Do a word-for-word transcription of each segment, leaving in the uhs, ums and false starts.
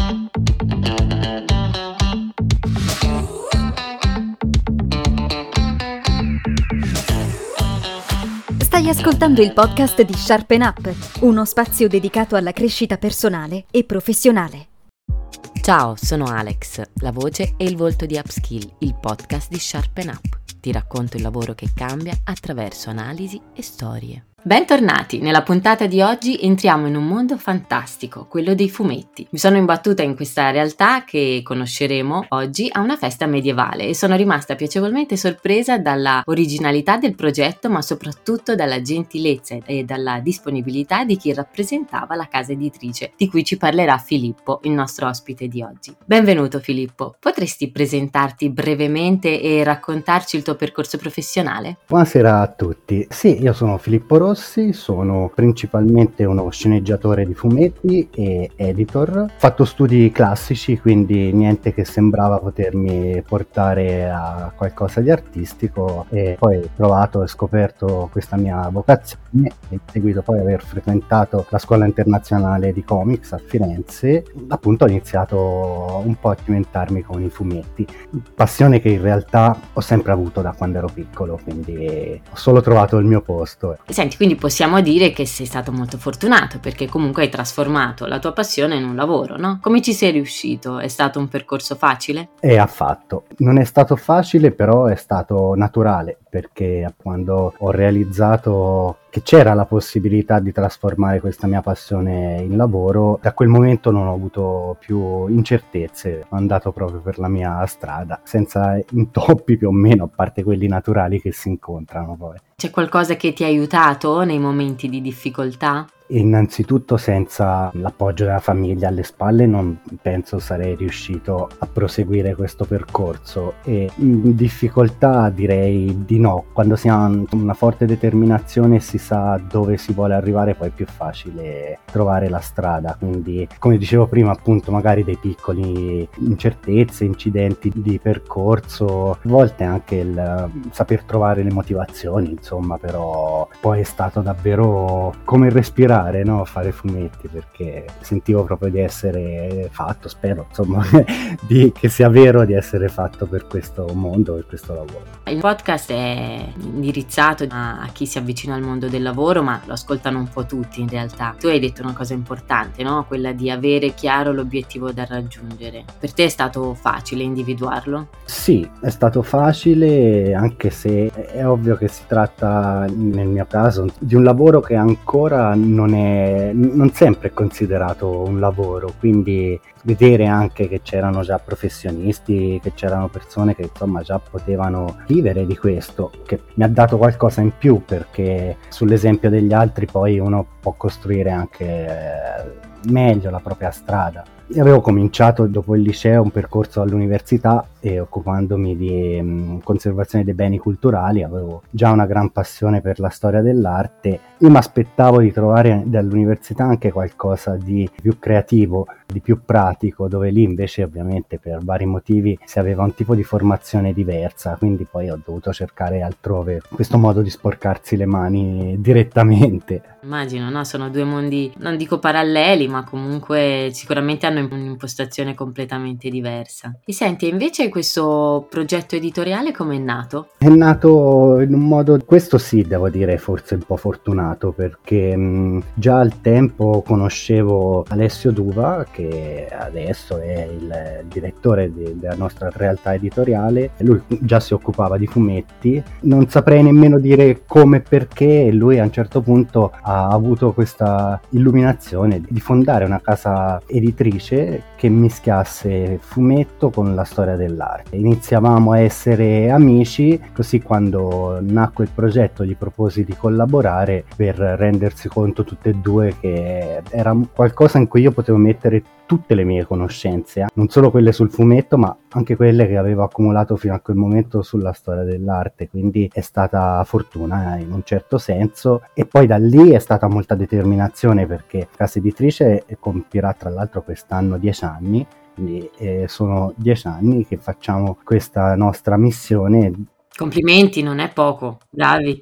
Stai ascoltando il podcast di Sharpen Up, uno spazio dedicato alla crescita personale e professionale. Ciao, sono Alex, la voce e il volto di Upskill, il podcast di Sharpen Up. Ti racconto il lavoro che cambia attraverso analisi e storie. Bentornati! Nella puntata di oggi entriamo in un mondo fantastico, quello dei fumetti. Mi sono imbattuta in questa realtà che conosceremo oggi a una festa medievale e sono rimasta piacevolmente sorpresa dalla originalità del progetto, ma soprattutto dalla gentilezza e dalla disponibilità di chi rappresentava la casa editrice, di cui ci parlerà Filippo, il nostro ospite di oggi. Benvenuto Filippo, potresti presentarti brevemente e raccontarci il tuo percorso professionale? Buonasera a tutti. Sì, io sono Filippo Rossi. Sono principalmente uno sceneggiatore di fumetti e editor. Ho fatto studi classici, quindi niente che sembrava potermi portare a qualcosa di artistico, e poi ho trovato e scoperto questa mia vocazione e ho seguito poi aver frequentato la scuola internazionale di comics a Firenze. Appunto ho iniziato un po' a cimentarmi con i fumetti, passione che in realtà ho sempre avuto da quando ero piccolo, quindi ho solo trovato il mio posto. Senti, quindi possiamo dire che sei stato molto fortunato, perché comunque hai trasformato la tua passione in un lavoro, no? Come ci sei riuscito? È stato un percorso facile? E affatto. Non è stato facile, però è stato naturale, perché quando ho realizzato che c'era la possibilità di trasformare questa mia passione in lavoro, da quel momento non ho avuto più incertezze, ho andato proprio per la mia strada, senza intoppi più o meno, a parte quelli naturali che si incontrano poi. C'è qualcosa che ti ha aiutato nei momenti di difficoltà? Innanzitutto, senza l'appoggio della famiglia alle spalle non penso sarei riuscito a proseguire questo percorso, e in difficoltà direi di no. Quando si ha una forte determinazione e si sa dove si vuole arrivare, poi è più facile trovare la strada. Quindi, come dicevo prima, appunto, magari dei piccoli incertezze, incidenti di percorso, a volte anche il saper trovare le motivazioni, insomma, però poi è stato davvero come respirare, no? Fare fumetti, perché sentivo proprio di essere fatto, spero insomma di, che sia vero, di essere fatto per questo mondo, per questo lavoro. Il podcast è indirizzato a, a chi si avvicina al mondo del lavoro, ma lo ascoltano un po' tutti in realtà. Tu hai detto una cosa importante, no? Quella di avere chiaro l'obiettivo da raggiungere. Per te è stato facile individuarlo? Sì, è stato facile, anche se è ovvio che si tratta, nel mio caso, di un lavoro che ancora non Non, è, non sempre è considerato un lavoro, quindi vedere anche che c'erano già professionisti, che c'erano persone che insomma già potevano vivere di questo, che mi ha dato qualcosa in più, perché sull'esempio degli altri poi uno può costruire anche meglio la propria strada. Io avevo cominciato dopo il liceo un percorso all'università e occupandomi di um, conservazione dei beni culturali avevo già una gran passione per la storia dell'arte. Io mi aspettavo di trovare dall'università anche qualcosa di più creativo, di più pratico, dove lì invece ovviamente per vari motivi si aveva un tipo di formazione diversa, quindi poi ho dovuto cercare altrove questo modo di sporcarsi le mani direttamente. Immagino, no? Sono due mondi, non dico paralleli, ma comunque sicuramente hanno un'impostazione completamente diversa. E senti, invece questo progetto editoriale come è nato? È nato in un modo, questo sì, devo dire, forse un po' fortunato, perché mh, già al tempo conoscevo Alessio Duva, che adesso è il direttore di, della nostra realtà editoriale. Lui già si occupava di fumetti, non saprei nemmeno dire come e perché lui a un certo punto ha avuto questa illuminazione di fondare una casa editrice che mischiasse fumetto con la storia dell'arte. Iniziavamo a essere amici, così quando nacque il progetto gli proposi di collaborare per rendersi conto tutte e due che era qualcosa in cui io potevo mettere tutte le mie conoscenze, eh? non solo quelle sul fumetto, ma anche quelle che avevo accumulato fino a quel momento sulla storia dell'arte. Quindi è stata fortuna, eh, in un certo senso, e poi da lì è stata molta determinazione, perché casa editrice compirà tra l'altro quest'anno dieci anni, quindi eh, sono dieci anni che facciamo questa nostra missione Complimenti, non è poco, bravi.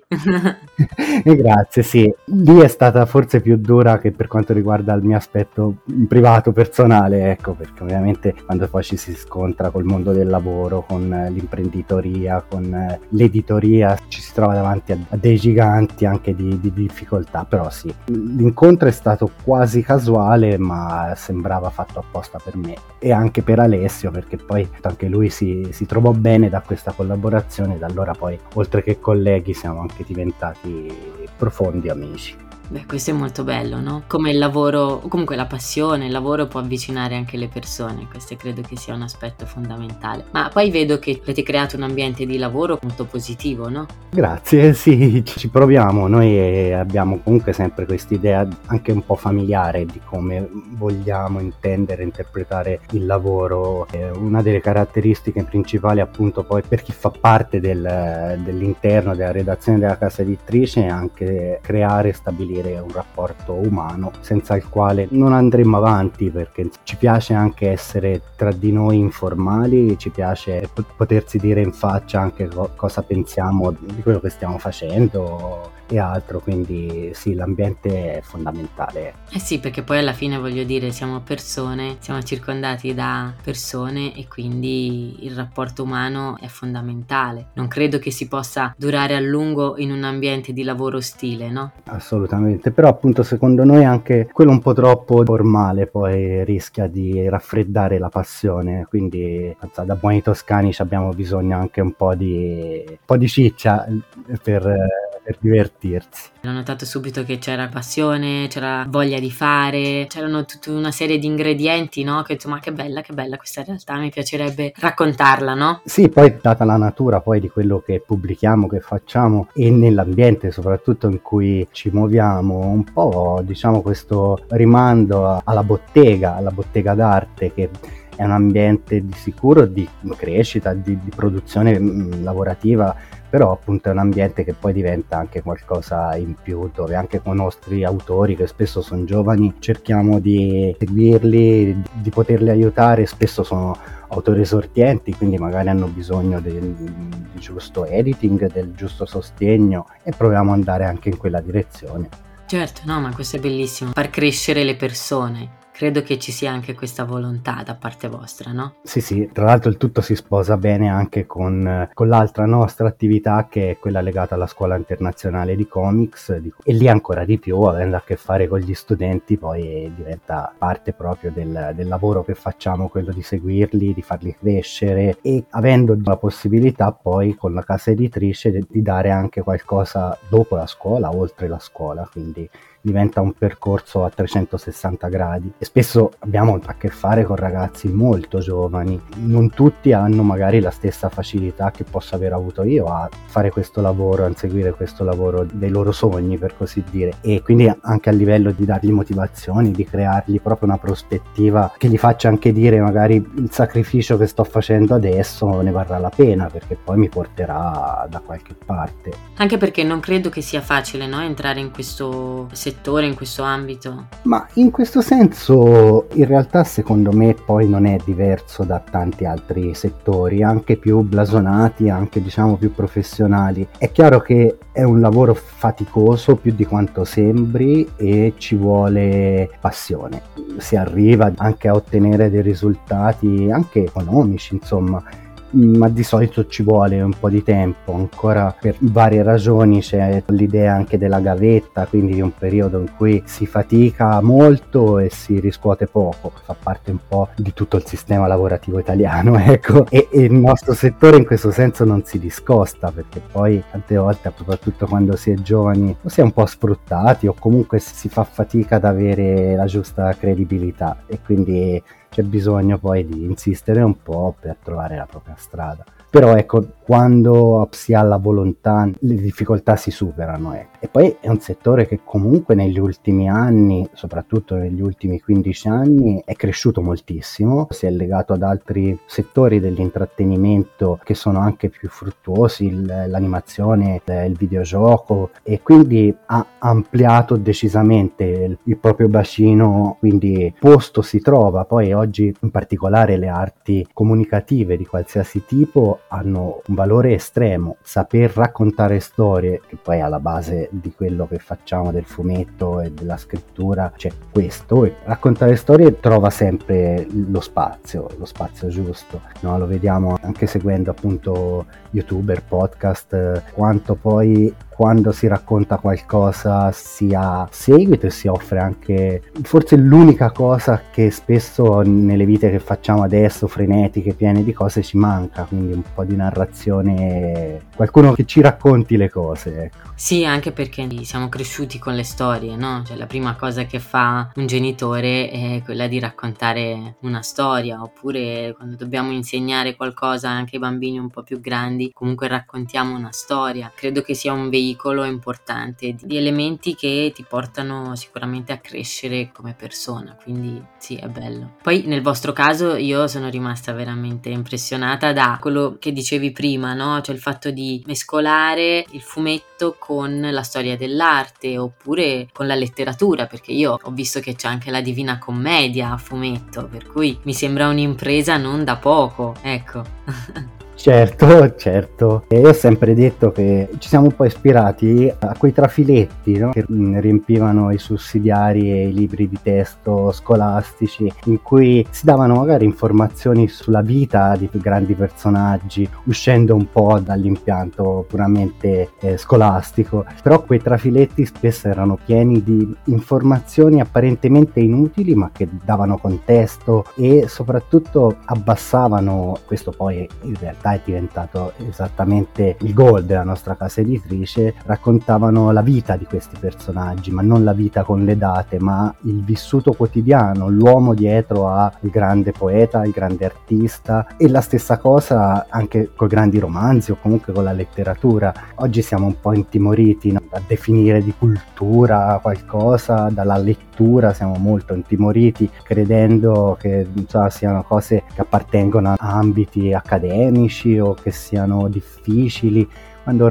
E grazie, sì. Lì è stata forse più dura che per quanto riguarda il mio aspetto privato, personale, ecco, perché ovviamente quando poi ci si scontra col mondo del lavoro, con l'imprenditoria, con l'editoria, ci si trova davanti a, a dei giganti anche di, di difficoltà, però sì, l'incontro è stato quasi casuale, ma sembrava fatto apposta per me e anche per Alessio, perché poi anche lui si, si trovò bene da questa collaborazione. Da allora poi, oltre che colleghi, siamo anche diventati profondi amici. Beh, questo è molto bello, no? Come il lavoro, o comunque la passione, il lavoro può avvicinare anche le persone, questo credo che sia un aspetto fondamentale. Ma poi vedo che avete creato un ambiente di lavoro molto positivo, no? Grazie, sì, ci proviamo. Noi abbiamo comunque sempre quest'idea anche un po' familiare di come vogliamo intendere, interpretare il lavoro. Una delle caratteristiche principali, appunto, poi per chi fa parte del, dell'interno della redazione della casa editrice è anche creare e stabilire un rapporto umano senza il quale non andremo avanti, perché ci piace anche essere tra di noi informali, ci piace potersi dire in faccia anche co- cosa pensiamo di quello che stiamo facendo e altro, quindi sì, l'ambiente è fondamentale. Eh sì, perché poi alla fine, voglio dire, siamo persone, siamo circondati da persone e quindi il rapporto umano è fondamentale. Non credo che si possa durare a lungo in un ambiente di lavoro ostile, no? Assolutamente, però appunto secondo noi anche quello un po' troppo formale poi rischia di raffreddare la passione, quindi da buoni toscani abbiamo bisogno anche un po' di, un po' di ciccia per... per divertirsi. Ho notato subito che c'era passione, c'era voglia di fare, c'erano tutta una serie di ingredienti, no? Che ho detto, ma che bella, che bella questa realtà, mi piacerebbe raccontarla, no? Sì, poi data la natura poi di quello che pubblichiamo, che facciamo e nell'ambiente soprattutto in cui ci muoviamo, un po' diciamo questo rimando alla bottega, alla bottega d'arte, che è un ambiente di sicuro di crescita, di, di produzione mh, lavorativa, però appunto è un ambiente che poi diventa anche qualcosa in più, dove anche con i nostri autori, che spesso sono giovani, cerchiamo di seguirli, di poterli aiutare. Spesso sono autori esordienti, quindi magari hanno bisogno del, di giusto editing, del giusto sostegno, e proviamo ad andare anche in quella direzione. Certo, no, ma questo è bellissimo, far crescere le persone. Credo che ci sia anche questa volontà da parte vostra, no? Sì, sì, tra l'altro il tutto si sposa bene anche con, con l'altra nostra attività, che è quella legata alla Scuola Internazionale di Comics, e lì ancora di più, avendo a che fare con gli studenti, poi diventa parte proprio del, del lavoro che facciamo, quello di seguirli, di farli crescere, e avendo la possibilità poi con la casa editrice di, di dare anche qualcosa dopo la scuola, oltre la scuola, quindi diventa un percorso a trecentosessanta gradi. E spesso abbiamo a che fare con ragazzi molto giovani, non tutti hanno magari la stessa facilità che posso aver avuto io a fare questo lavoro, a inseguire questo lavoro dei loro sogni, per così dire, e quindi anche a livello di dargli motivazioni, di creargli proprio una prospettiva che gli faccia anche dire magari il sacrificio che sto facendo adesso ne varrà la pena, perché poi mi porterà da qualche parte. Anche perché non credo che sia facile, no, entrare in questo settore, in questo ambito. Ma in questo senso in realtà secondo me poi non è diverso da tanti altri settori, anche più blasonati, anche diciamo più professionali. È chiaro che è un lavoro faticoso più di quanto sembri e ci vuole passione. Si arriva anche a ottenere dei risultati anche economici, insomma, ma di solito ci vuole un po' di tempo ancora per varie ragioni. C'è l'idea anche della gavetta, quindi di un periodo in cui si fatica molto e si riscuote poco, fa parte un po' di tutto il sistema lavorativo italiano, ecco, e, e il nostro settore in questo senso non si discosta, perché poi tante volte, soprattutto quando si è giovani, o si è un po' sfruttati o comunque si fa fatica ad avere la giusta credibilità, e quindi c'è bisogno poi di insistere un po' per trovare la propria strada. Però ecco, quando si ha la volontà, le difficoltà si superano. Eh. E poi è un settore che comunque negli ultimi anni, soprattutto negli ultimi quindici anni, è cresciuto moltissimo. Si è legato ad altri settori dell'intrattenimento che sono anche più fruttuosi, il, l'animazione, il, il videogioco, e quindi ha ampliato decisamente il, il proprio bacino, quindi posto si trova. Poi oggi in particolare le arti comunicative di qualsiasi tipo hanno un valore estremo. Saper raccontare storie, che poi è alla base di quello che facciamo del fumetto e della scrittura, c'è questo, e raccontare storie trova sempre lo spazio, lo spazio giusto, no? Lo vediamo anche seguendo appunto youtuber, podcast, quanto poi quando si racconta qualcosa si ha seguito e si offre anche, forse l'unica cosa che spesso nelle vite che facciamo adesso, frenetiche, piene di cose, ci manca, quindi un po' di narrazione, qualcuno che ci racconti le cose, ecco. Sì, anche perché siamo cresciuti con le storie, no? Cioè la prima cosa che fa un genitore è quella di raccontare una storia, oppure quando dobbiamo insegnare qualcosa anche ai bambini un po' più grandi, comunque raccontiamo una storia. Credo che sia un veicolo importante di elementi che ti portano sicuramente a crescere come persona, quindi sì, è bello. Poi nel vostro caso io sono rimasta veramente impressionata da quello che dicevi prima, no? Cioè il fatto di mescolare il fumetto con la storia dell'arte oppure con la letteratura, perché io ho visto che c'è anche la Divina Commedia a fumetto, per cui mi sembra un'impresa non da poco, ecco. Certo, certo. E io ho sempre detto che ci siamo un po' ispirati a quei trafiletti, no? Che riempivano i sussidiari e i libri di testo scolastici, in cui si davano magari informazioni sulla vita di più grandi personaggi, uscendo un po' dall'impianto puramente eh, scolastico. Però quei trafiletti spesso erano pieni di informazioni apparentemente inutili, ma che davano contesto e soprattutto abbassavano, questo poi in realtà è diventato esattamente il goal della nostra casa editrice, raccontavano la vita di questi personaggi, ma non la vita con le date, ma il vissuto quotidiano, l'uomo dietro al grande poeta, il grande artista, e la stessa cosa anche con i grandi romanzi o comunque con la letteratura. Oggi siamo un po' intimoriti, no? A definire di cultura qualcosa dalla lettura, siamo molto intimoriti, credendo che so, siano cose che appartengono a ambiti accademici o che siano difficili, quando in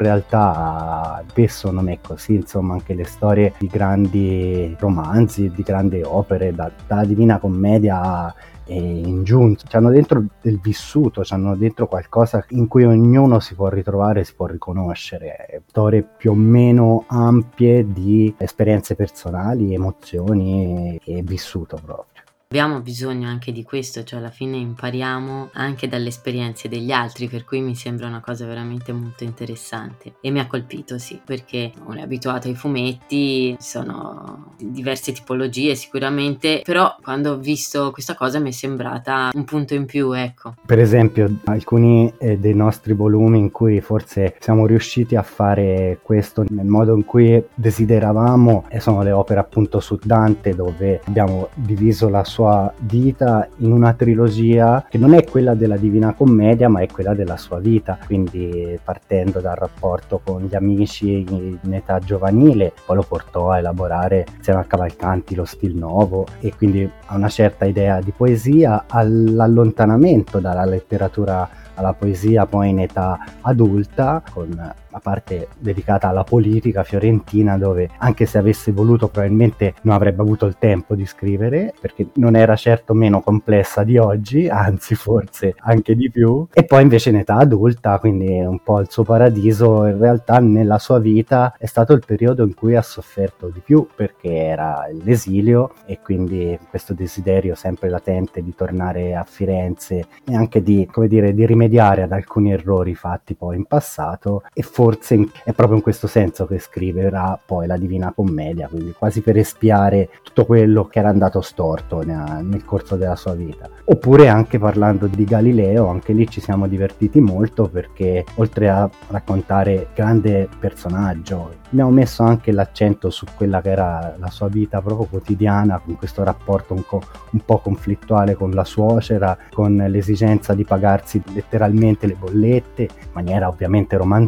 realtà spesso non è così. Insomma, anche le storie di grandi romanzi, di grandi opere, da, dalla Divina Commedia e in giù, c'hanno dentro del vissuto, c'hanno dentro qualcosa in cui ognuno si può ritrovare, si può riconoscere, storie più o meno ampie di esperienze personali, emozioni e vissuto proprio. Abbiamo bisogno anche di questo, cioè alla fine impariamo anche dalle esperienze degli altri, per cui mi sembra una cosa veramente molto interessante e mi ha colpito, sì, perché non è abituato ai fumetti, sono diverse tipologie sicuramente, però quando ho visto questa cosa mi è sembrata un punto in più, ecco. Per esempio alcuni eh, dei nostri volumi in cui forse siamo riusciti a fare questo nel modo in cui desideravamo e sono le opere appunto su Dante, dove abbiamo diviso la sua vita in una trilogia che non è quella della Divina Commedia, ma è quella della sua vita, quindi partendo dal rapporto con gli amici in età giovanile, poi lo portò a elaborare insieme a Cavalcanti lo Stil Novo, e quindi a una certa idea di poesia, all'allontanamento dalla letteratura alla poesia poi in età adulta, con la parte dedicata alla politica fiorentina, dove anche se avesse voluto probabilmente non avrebbe avuto il tempo di scrivere, perché non era certo meno complessa di oggi, anzi forse anche di più. E poi invece in età adulta, quindi un po' il suo paradiso, in realtà nella sua vita è stato il periodo in cui ha sofferto di più, perché era l'esilio e quindi questo desiderio sempre latente di tornare a Firenze e anche di, come dire, di rimediare ad alcuni errori fatti poi in passato, e forse in, è proprio in questo senso che scriverà poi la Divina Commedia, quindi quasi per espiare tutto quello che era andato storto nel, nel corso della sua vita. Oppure anche parlando di Galileo, anche lì ci siamo divertiti molto, perché oltre a raccontare grande personaggio abbiamo messo anche l'accento su quella che era la sua vita proprio quotidiana, con questo rapporto un, co- un po' conflittuale con la suocera, con l'esigenza di pagarsi letteralmente le bollette, in maniera ovviamente romanzata,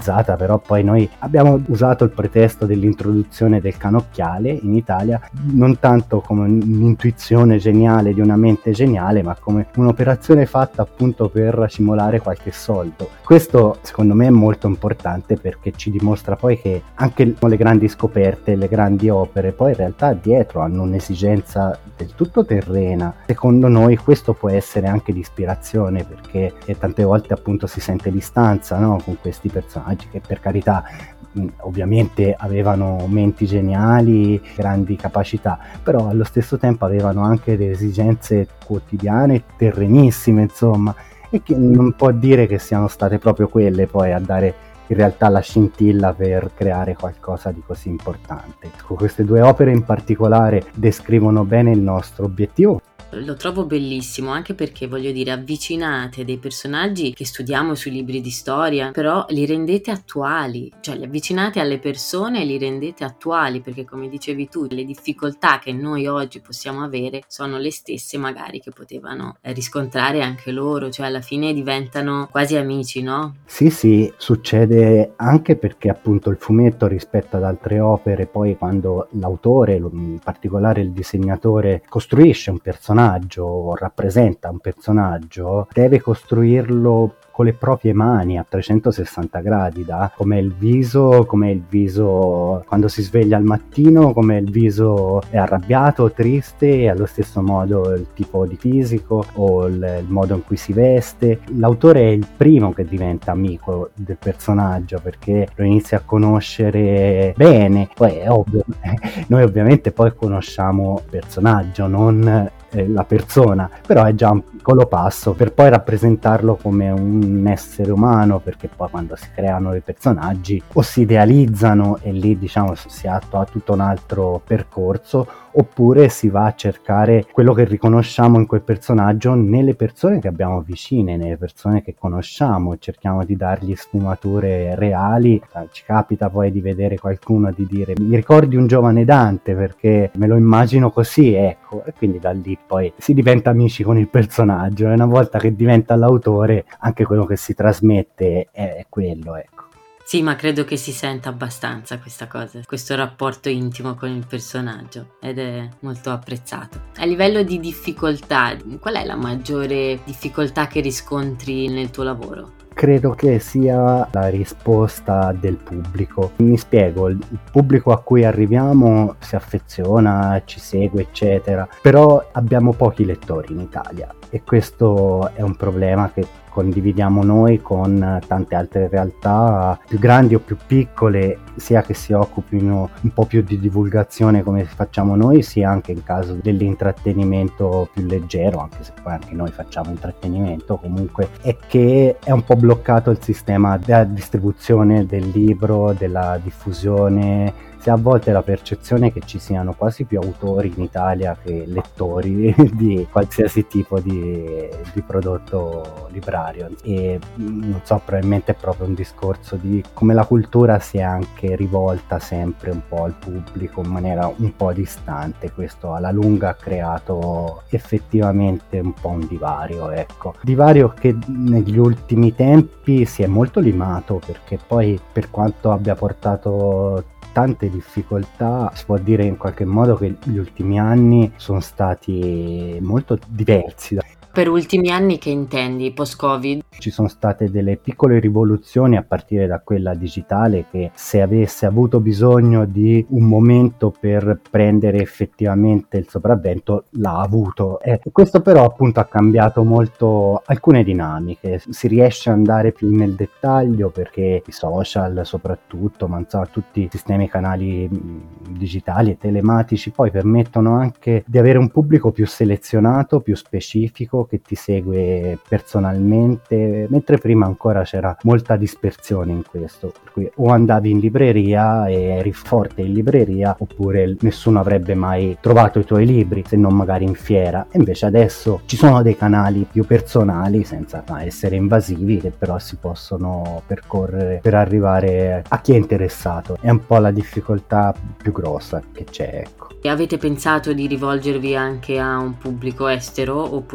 però poi noi abbiamo usato il pretesto dell'introduzione del canocchiale in Italia non tanto come un'intuizione geniale di una mente geniale, ma come un'operazione fatta appunto per simulare qualche soldo. Questo secondo me è molto importante, perché ci dimostra poi che anche le grandi scoperte, le grandi opere, poi in realtà dietro hanno un'esigenza del tutto terrena. Secondo noi questo può essere anche di ispirazione, perché tante volte appunto si sente distanza, no? Con questi personaggi che, per carità, ovviamente avevano menti geniali, grandi capacità, però allo stesso tempo avevano anche delle esigenze quotidiane terrenissime, insomma, e che non può dire che siano state proprio quelle poi a dare in realtà la scintilla per creare qualcosa di così importante. Queste due opere in particolare descrivono bene il nostro obiettivo. Lo trovo bellissimo, anche perché, voglio dire, avvicinate dei personaggi che studiamo sui libri di storia, però li rendete attuali, cioè li avvicinate alle persone e li rendete attuali, perché come dicevi tu, le difficoltà che noi oggi possiamo avere sono le stesse magari che potevano riscontrare anche loro, cioè alla fine diventano quasi amici, no? Sì, sì, succede anche perché appunto il fumetto, rispetto ad altre opere, poi quando l'autore, in particolare il disegnatore, costruisce un personaggio o rappresenta un personaggio, deve costruirlo con le proprie mani a trecentosessanta gradi, da com'è il viso, com'è il viso quando si sveglia al mattino, com'è il viso è arrabbiato, triste, e allo stesso modo il tipo di fisico o il, il modo in cui si veste. L'autore è il primo che diventa amico del personaggio, perché lo inizia a conoscere bene. Poi è ovvio, noi ovviamente poi conosciamo il personaggio, non la persona, però è già un piccolo passo per poi rappresentarlo come un essere umano, perché poi quando si creano i personaggi o si idealizzano e lì diciamo si attua tutto un altro percorso, oppure si va a cercare quello che riconosciamo in quel personaggio nelle persone che abbiamo vicine, nelle persone che conosciamo, cerchiamo di dargli sfumature reali. Ci capita poi di vedere qualcuno di dire mi ricordi un giovane Dante perché me lo immagino così, ecco, e quindi da lì poi si diventa amici con il personaggio, e una volta che diventa l'autore anche quello che si trasmette è, è quello, ecco. Sì, ma credo che si senta abbastanza questa cosa, questo rapporto intimo con il personaggio, ed è molto apprezzato. A livello di difficoltà, qual è la maggiore difficoltà che riscontri nel tuo lavoro? Credo che sia la risposta del pubblico. Mi spiego, il pubblico a cui arriviamo si affeziona, ci segue, eccetera, però abbiamo pochi lettori in Italia, e questo è un problema che condividiamo noi con tante altre realtà più grandi o più piccole, sia che si occupino un po' più di divulgazione come facciamo noi, sia anche in caso dell'intrattenimento più leggero, anche se poi anche noi facciamo intrattenimento. Comunque è che è un po' bloccato il sistema della distribuzione del libro, della diffusione. Si ha a volte la percezione che ci siano quasi più autori in Italia che lettori di qualsiasi tipo di, di prodotto librario, e non so, probabilmente è proprio un discorso di come la cultura si è anche rivolta sempre un po' al pubblico in maniera un po' distante. Questo alla lunga ha creato effettivamente un po' un divario, ecco, divario che negli ultimi tempi si è molto limato, perché poi per quanto abbia portato tante difficoltà, si può dire in qualche modo che gli ultimi anni sono stati molto diversi. Per ultimi anni che intendi? Post-Covid? Ci sono state delle piccole rivoluzioni, a partire da quella digitale, che se avesse avuto bisogno di un momento per prendere effettivamente il sopravvento l'ha avuto. E questo però appunto ha cambiato molto alcune dinamiche. Si riesce ad andare più nel dettaglio perché i social soprattutto, ma insomma tutti i sistemi, canali digitali e telematici poi permettono anche di avere un pubblico più selezionato, più specifico, che ti segue personalmente, mentre prima ancora c'era molta dispersione in questo, per cui o andavi in libreria e eri forte in libreria, oppure nessuno avrebbe mai trovato i tuoi libri, se non magari in fiera. E invece adesso ci sono dei canali più personali, senza essere invasivi, che però si possono percorrere per arrivare a chi è interessato. È un po' la difficoltà più grossa che c'è, ecco. E avete pensato di rivolgervi anche a un pubblico estero oppure no?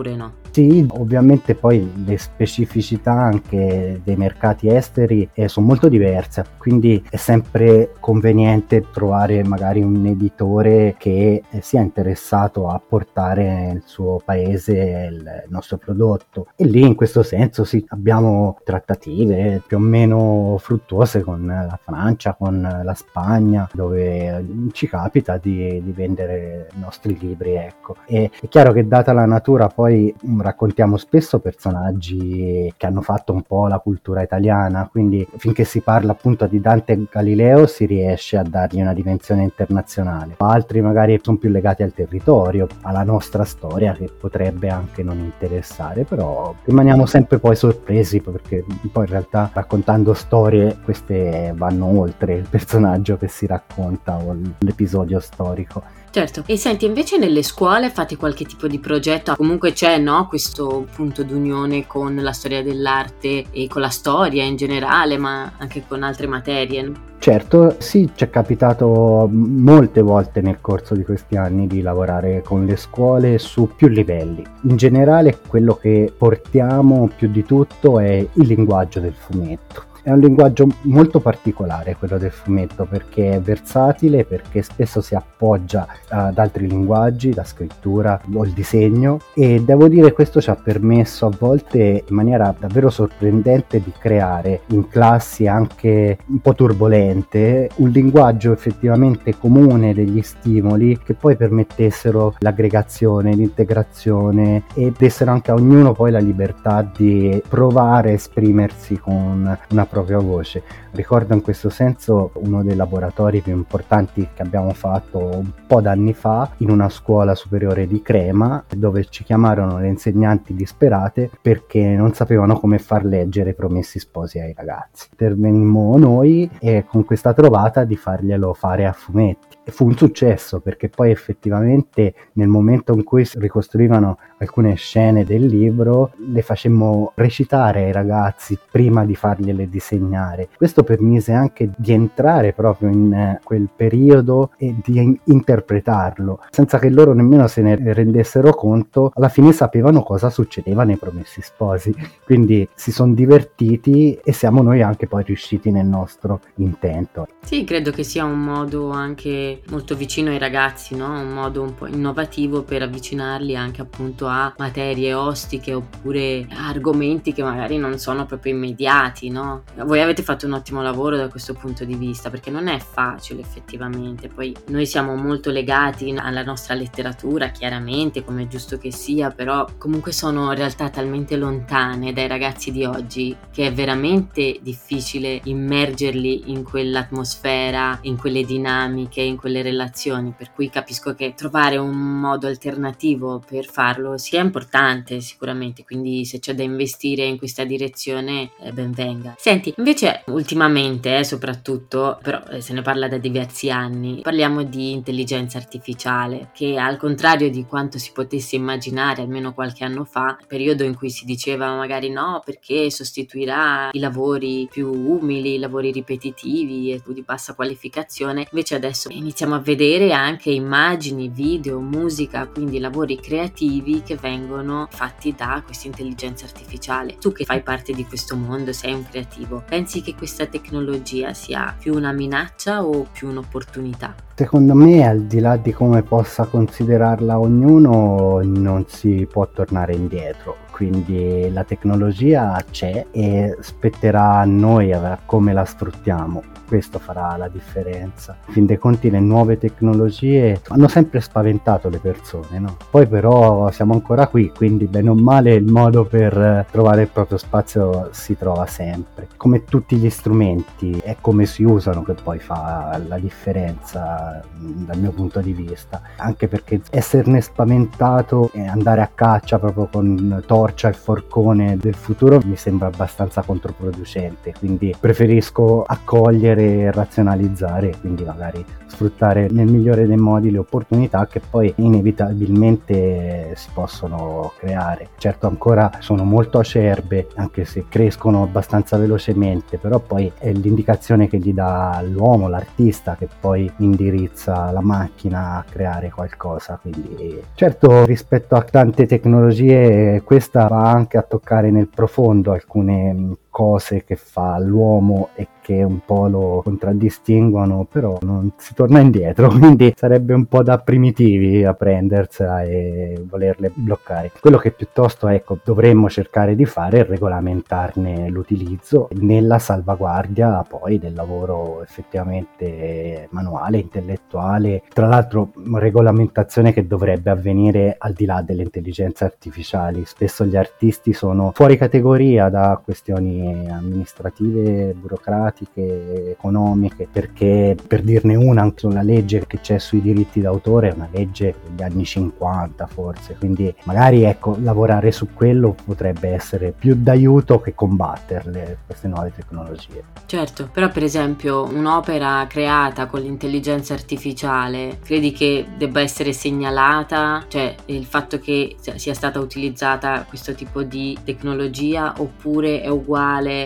Sì, ovviamente poi le specificità anche dei mercati esteri eh, sono molto diverse, quindi è sempre conveniente trovare magari un editore che eh, sia interessato a portare nel suo paese il nostro prodotto, e lì in questo senso sì, abbiamo trattative più o meno fruttuose con la Francia, con la Spagna, dove ci capita di, di vendere i nostri libri, ecco. E è chiaro che data la natura poi raccontiamo spesso personaggi che hanno fatto un po' la cultura italiana, quindi finché si parla appunto di Dante e Galileo si riesce a dargli una dimensione internazionale. Altri magari sono più legati al territorio, alla nostra storia, che potrebbe anche non interessare, però rimaniamo sempre poi sorpresi, perché poi in realtà raccontando storie queste vanno oltre il personaggio che si racconta o l'episodio storico. Certo. E senti, invece nelle scuole fate qualche tipo di progetto? Comunque c'è, no, questo punto d'unione con la storia dell'arte e con la storia in generale, ma anche con altre materie. Certo, sì, ci è capitato molte volte nel corso di questi anni di lavorare con le scuole su più livelli. In generale quello che portiamo più di tutto è il linguaggio del fumetto. È un linguaggio molto particolare quello del fumetto, perché è versatile, perché spesso si appoggia ad altri linguaggi, la scrittura o il disegno, e devo dire questo ci ha permesso a volte in maniera davvero sorprendente di creare in classi anche un po' turbolente un linguaggio effettivamente comune degli stimoli, che poi permettessero l'aggregazione, l'integrazione e dessero anche a ognuno poi la libertà di provare a esprimersi con una propria voce. Ricordo in questo senso uno dei laboratori più importanti che abbiamo fatto un po' d'anni fa in una scuola superiore di Crema, dove ci chiamarono le insegnanti disperate perché non sapevano come far leggere Promessi sposi ai ragazzi. Intervenimmo noi e con questa trovata di farglielo fare a fumetti. E fu un successo, perché poi effettivamente nel momento in cui ricostruivano alcune scene del libro le facemmo recitare ai ragazzi prima di fargliele disegnare. Questo permise anche di entrare proprio in quel periodo e di interpretarlo senza che loro nemmeno se ne rendessero conto. Alla fine sapevano cosa succedeva nei Promessi sposi, quindi si sono divertiti e siamo noi anche poi riusciti nel nostro intento. Sì, credo che sia un modo anche molto vicino ai ragazzi, no? Un modo un po' innovativo per avvicinarli anche appunto a materie ostiche oppure argomenti che magari non sono proprio immediati, no? Voi avete fatto un ottimo lavoro da questo punto di vista, perché non è facile effettivamente. Poi noi siamo molto legati alla nostra letteratura, chiaramente, come è giusto che sia, però comunque sono realtà talmente lontane dai ragazzi di oggi che è veramente difficile immergerli in quell'atmosfera, in quelle dinamiche, in quelle relazioni, per cui capisco che trovare un modo alternativo per farlo sia importante sicuramente, quindi se c'è da investire in questa direzione eh, ben venga. Senti, invece ultimamente eh, soprattutto, però eh, se ne parla da diversi anni, parliamo di intelligenza artificiale, che al contrario di quanto si potesse immaginare almeno qualche anno fa, periodo in cui si diceva magari no perché sostituirà i lavori più umili, i lavori ripetitivi e di bassa qualificazione, invece adesso iniziamo a vedere anche immagini, video, musica, quindi lavori creativi che vengono fatti da questa intelligenza artificiale. Tu che fai parte di questo mondo, sei un creativo, pensi che questa tecnologia sia più una minaccia o più un'opportunità? Secondo me, al di là di come possa considerarla ognuno, non si può tornare indietro. Quindi la tecnologia c'è e spetterà a noi a come la sfruttiamo. Questo farà la differenza. In fin dei conti le nuove tecnologie hanno sempre spaventato le persone, no? Poi però siamo ancora qui, quindi bene o male il modo per trovare il proprio spazio si trova sempre. Come tutti gli strumenti, è come si usano che poi fa la differenza dal mio punto di vista. Anche perché esserne spaventato e andare a caccia proprio con torce torcia, il forcone del futuro mi sembra abbastanza controproducente, quindi preferisco accogliere e razionalizzare, quindi magari sfruttare nel migliore dei modi le opportunità che poi inevitabilmente si possono creare. Certo, ancora sono molto acerbe, anche se crescono abbastanza velocemente, però poi è l'indicazione che gli dà l'uomo, l'artista, che poi indirizza la macchina a creare qualcosa. Quindi certo, rispetto a tante tecnologie, questa va anche a toccare nel profondo alcune cose che fa l'uomo e che un po' lo contraddistinguono, però non si torna indietro, quindi sarebbe un po' da primitivi a prendersela e volerle bloccare. Quello che piuttosto ecco dovremmo cercare di fare è regolamentarne l'utilizzo nella salvaguardia poi del lavoro effettivamente manuale, intellettuale. Tra l'altro regolamentazione che dovrebbe avvenire al di là delle intelligenze artificiali. Spesso gli artisti sono fuori categoria da questioni amministrative, burocratiche, economiche, perché per dirne una, anche la legge che c'è sui diritti d'autore è una legge degli anni cinquanta forse, quindi magari ecco lavorare su quello potrebbe essere più d'aiuto che combatterle queste nuove tecnologie. Certo, però per esempio un'opera creata con l'intelligenza artificiale credi che debba essere segnalata, cioè il fatto che sia stata utilizzata questo tipo di tecnologia, oppure è uguale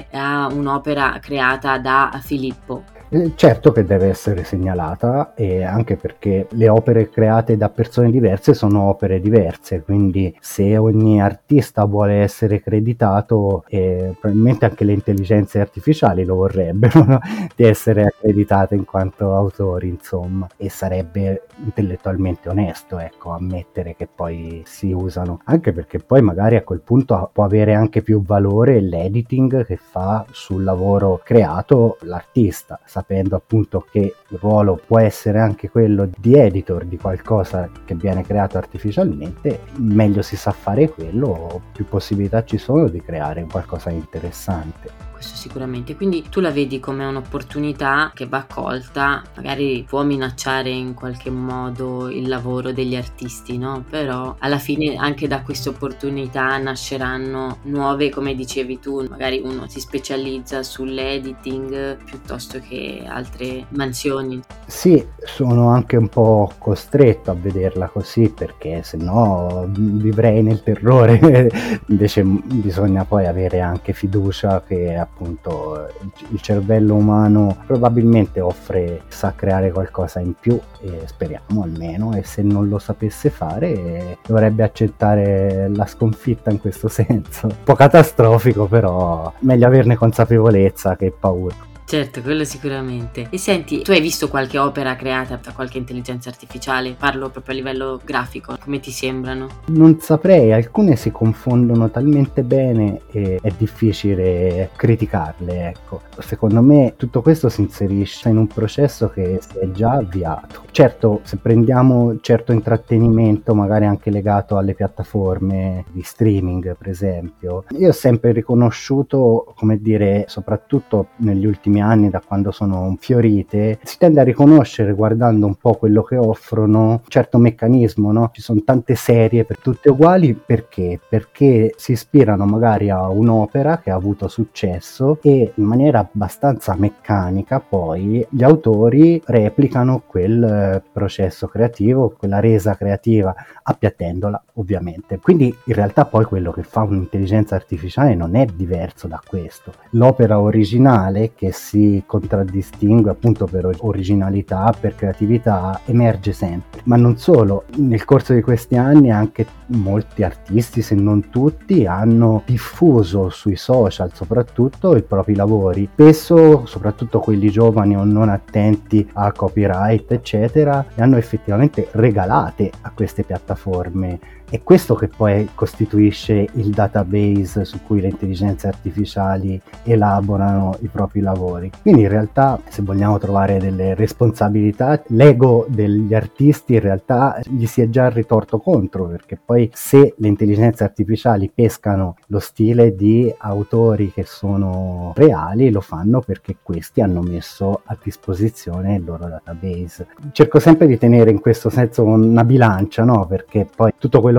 a un'opera creata da Filippo? Eh, certo che deve essere segnalata, e anche perché le opere create da persone diverse sono opere diverse, quindi se ogni artista vuole essere accreditato, eh, probabilmente anche le intelligenze artificiali lo vorrebbero, no? Di essere accreditate in quanto autori, insomma, e sarebbe intellettualmente onesto ecco ammettere che poi si usano, anche perché poi magari a quel punto può avere anche più valore l'editing che fa sul lavoro creato l'artista, sapendo appunto che il ruolo può essere anche quello di editor di qualcosa che viene creato artificialmente. Meglio si sa fare quello, più possibilità ci sono di creare qualcosa di interessante. Questo sicuramente, quindi tu la vedi come un'opportunità che va colta, magari può minacciare in qualche modo il lavoro degli artisti, no? Però alla fine anche da queste opportunità nasceranno nuove, come dicevi tu, magari uno si specializza sull'editing piuttosto che altre mansioni. Sì, sono anche un po' costretto a vederla così, perché se no vivrei nel terrore. Invece bisogna poi avere anche fiducia che appunto il cervello umano probabilmente offre, sa creare qualcosa in più, e speriamo almeno, e se non lo sapesse fare dovrebbe accettare la sconfitta in questo senso. Un po' catastrofico, però meglio averne consapevolezza che paura. Certo, quello sicuramente. E senti, tu hai visto qualche opera creata da qualche intelligenza artificiale? Parlo proprio a livello grafico, come ti sembrano? Non saprei, alcune si confondono talmente bene e è difficile criticarle, ecco. Secondo me tutto questo si inserisce in un processo che si è già avviato. Certo, se prendiamo certo intrattenimento, magari anche legato alle piattaforme di streaming, per esempio, io ho sempre riconosciuto, come dire, soprattutto negli ultimi anni, da quando sono fiorite, si tende a riconoscere, guardando un po' quello che offrono, un certo meccanismo, no? Ci sono tante serie per tutte uguali, perché? Perché si ispirano magari a un'opera che ha avuto successo e in maniera abbastanza meccanica poi gli autori replicano quel eh, processo creativo, quella resa creativa, appiattendola ovviamente. Quindi in realtà poi quello che fa un'intelligenza artificiale non è diverso da questo. L'opera originale, che si contraddistingue appunto per originalità, per creatività, emerge sempre. Ma non solo, nel corso di questi anni anche molti artisti, se non tutti, hanno diffuso sui social soprattutto i propri lavori. Spesso, soprattutto quelli giovani o non attenti a copyright eccetera, le hanno effettivamente regalate a queste piattaforme. È questo che poi costituisce il database su cui le intelligenze artificiali elaborano i propri lavori. Quindi in realtà, se vogliamo trovare delle responsabilità, l'ego degli artisti in realtà gli si è già ritorto contro, perché poi se le intelligenze artificiali pescano lo stile di autori che sono reali, lo fanno perché questi hanno messo a disposizione il loro database. Cerco sempre di tenere in questo senso una bilancia, no? Perché poi tutto quello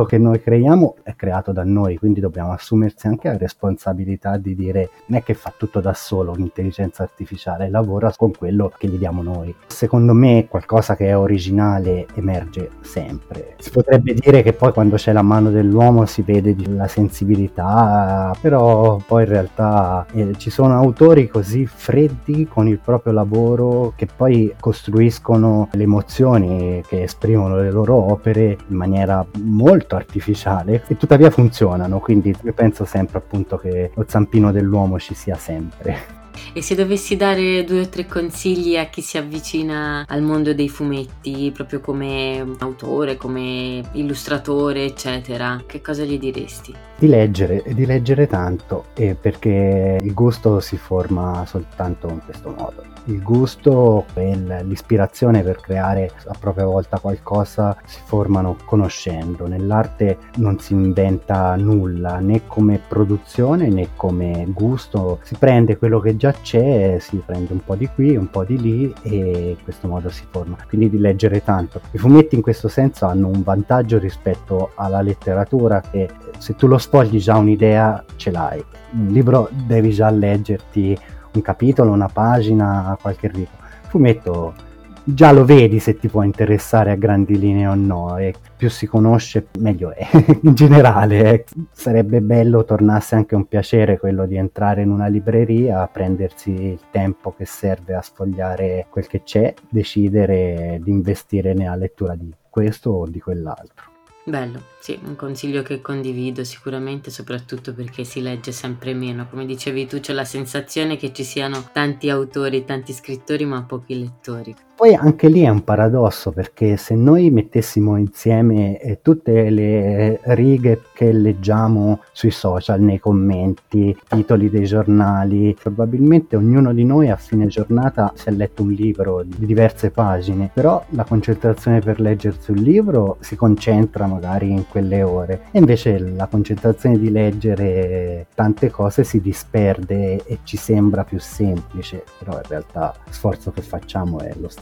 quello che noi creiamo è creato da noi, quindi dobbiamo assumersi anche la responsabilità di dire non è che fa tutto da solo l'intelligenza artificiale, lavora con quello che gli diamo noi. Secondo me qualcosa che è originale emerge sempre. Si potrebbe dire che poi quando c'è la mano dell'uomo si vede la sensibilità, però poi in realtà eh, ci sono autori così freddi con il proprio lavoro che poi costruiscono le emozioni che esprimono le loro opere in maniera molto artificiale e tuttavia funzionano, quindi io penso sempre appunto che lo zampino dell'uomo ci sia sempre. E se dovessi dare due o tre consigli a chi si avvicina al mondo dei fumetti, proprio come autore, come illustratore, eccetera, che cosa gli diresti? Di leggere, di leggere tanto, eh, perché il gusto si forma soltanto in questo modo. Il gusto e l'ispirazione per creare a propria volta qualcosa si formano conoscendo. Nell'arte non si inventa nulla, né come produzione né come gusto. Si prende quello che già c'è, si prende un po' di qui, un po' di lì e in questo modo si forma. Quindi di leggere tanto. I fumetti in questo senso hanno un vantaggio rispetto alla letteratura, che se tu lo sfogli già un'idea ce l'hai. Un libro devi già leggerti un capitolo, una pagina, qualche rigo. Fumetto già lo vedi se ti può interessare a grandi linee o no, e più si conosce meglio è. In generale eh. Sarebbe bello tornasse anche un piacere quello di entrare in una libreria, prendersi il tempo che serve a sfogliare quel che c'è, decidere di investire nella lettura di questo o di quell'altro. Bello, sì, un consiglio che condivido sicuramente, soprattutto perché si legge sempre meno. Come dicevi tu, c'è la sensazione che ci siano tanti autori, tanti scrittori, ma pochi lettori. Poi anche lì è un paradosso, perché se noi mettessimo insieme eh, tutte le righe che leggiamo sui social, nei commenti, titoli dei giornali, probabilmente ognuno di noi a fine giornata si è letto un libro di diverse pagine, però la concentrazione per leggersi un libro si concentra magari in quelle ore, e invece la concentrazione di leggere tante cose si disperde e ci sembra più semplice, però in realtà lo sforzo che facciamo è lo stesso.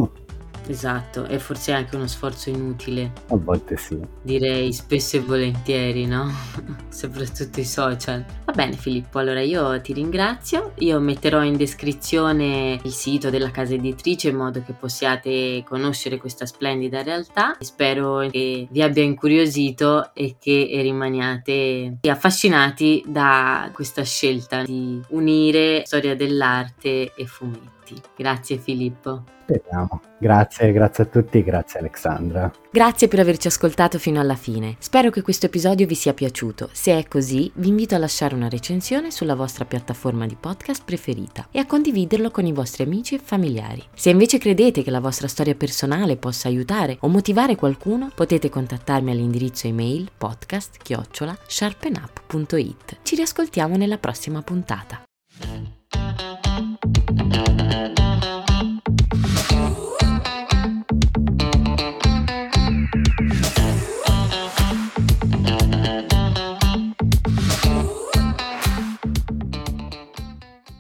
Esatto, e forse anche uno sforzo inutile. A volte sì. Direi spesso e volentieri, no? Soprattutto i social. Va bene Filippo, allora io ti ringrazio. Io metterò in descrizione il sito della casa editrice in modo che possiate conoscere questa splendida realtà. Spero che vi abbia incuriosito e che rimaniate affascinati da questa scelta di unire storia dell'arte e fumetti. Grazie Filippo. Speriamo. Grazie, grazie a tutti, grazie Alexandra. Grazie per averci ascoltato fino alla fine. Spero che questo episodio vi sia piaciuto. Se è così, vi invito a lasciare una recensione sulla vostra piattaforma di podcast preferita e a condividerlo con i vostri amici e familiari. Se invece credete che la vostra storia personale possa aiutare o motivare qualcuno, potete contattarmi all'indirizzo email podcast chiocciola sharpenup punto it. Ci riascoltiamo nella prossima puntata.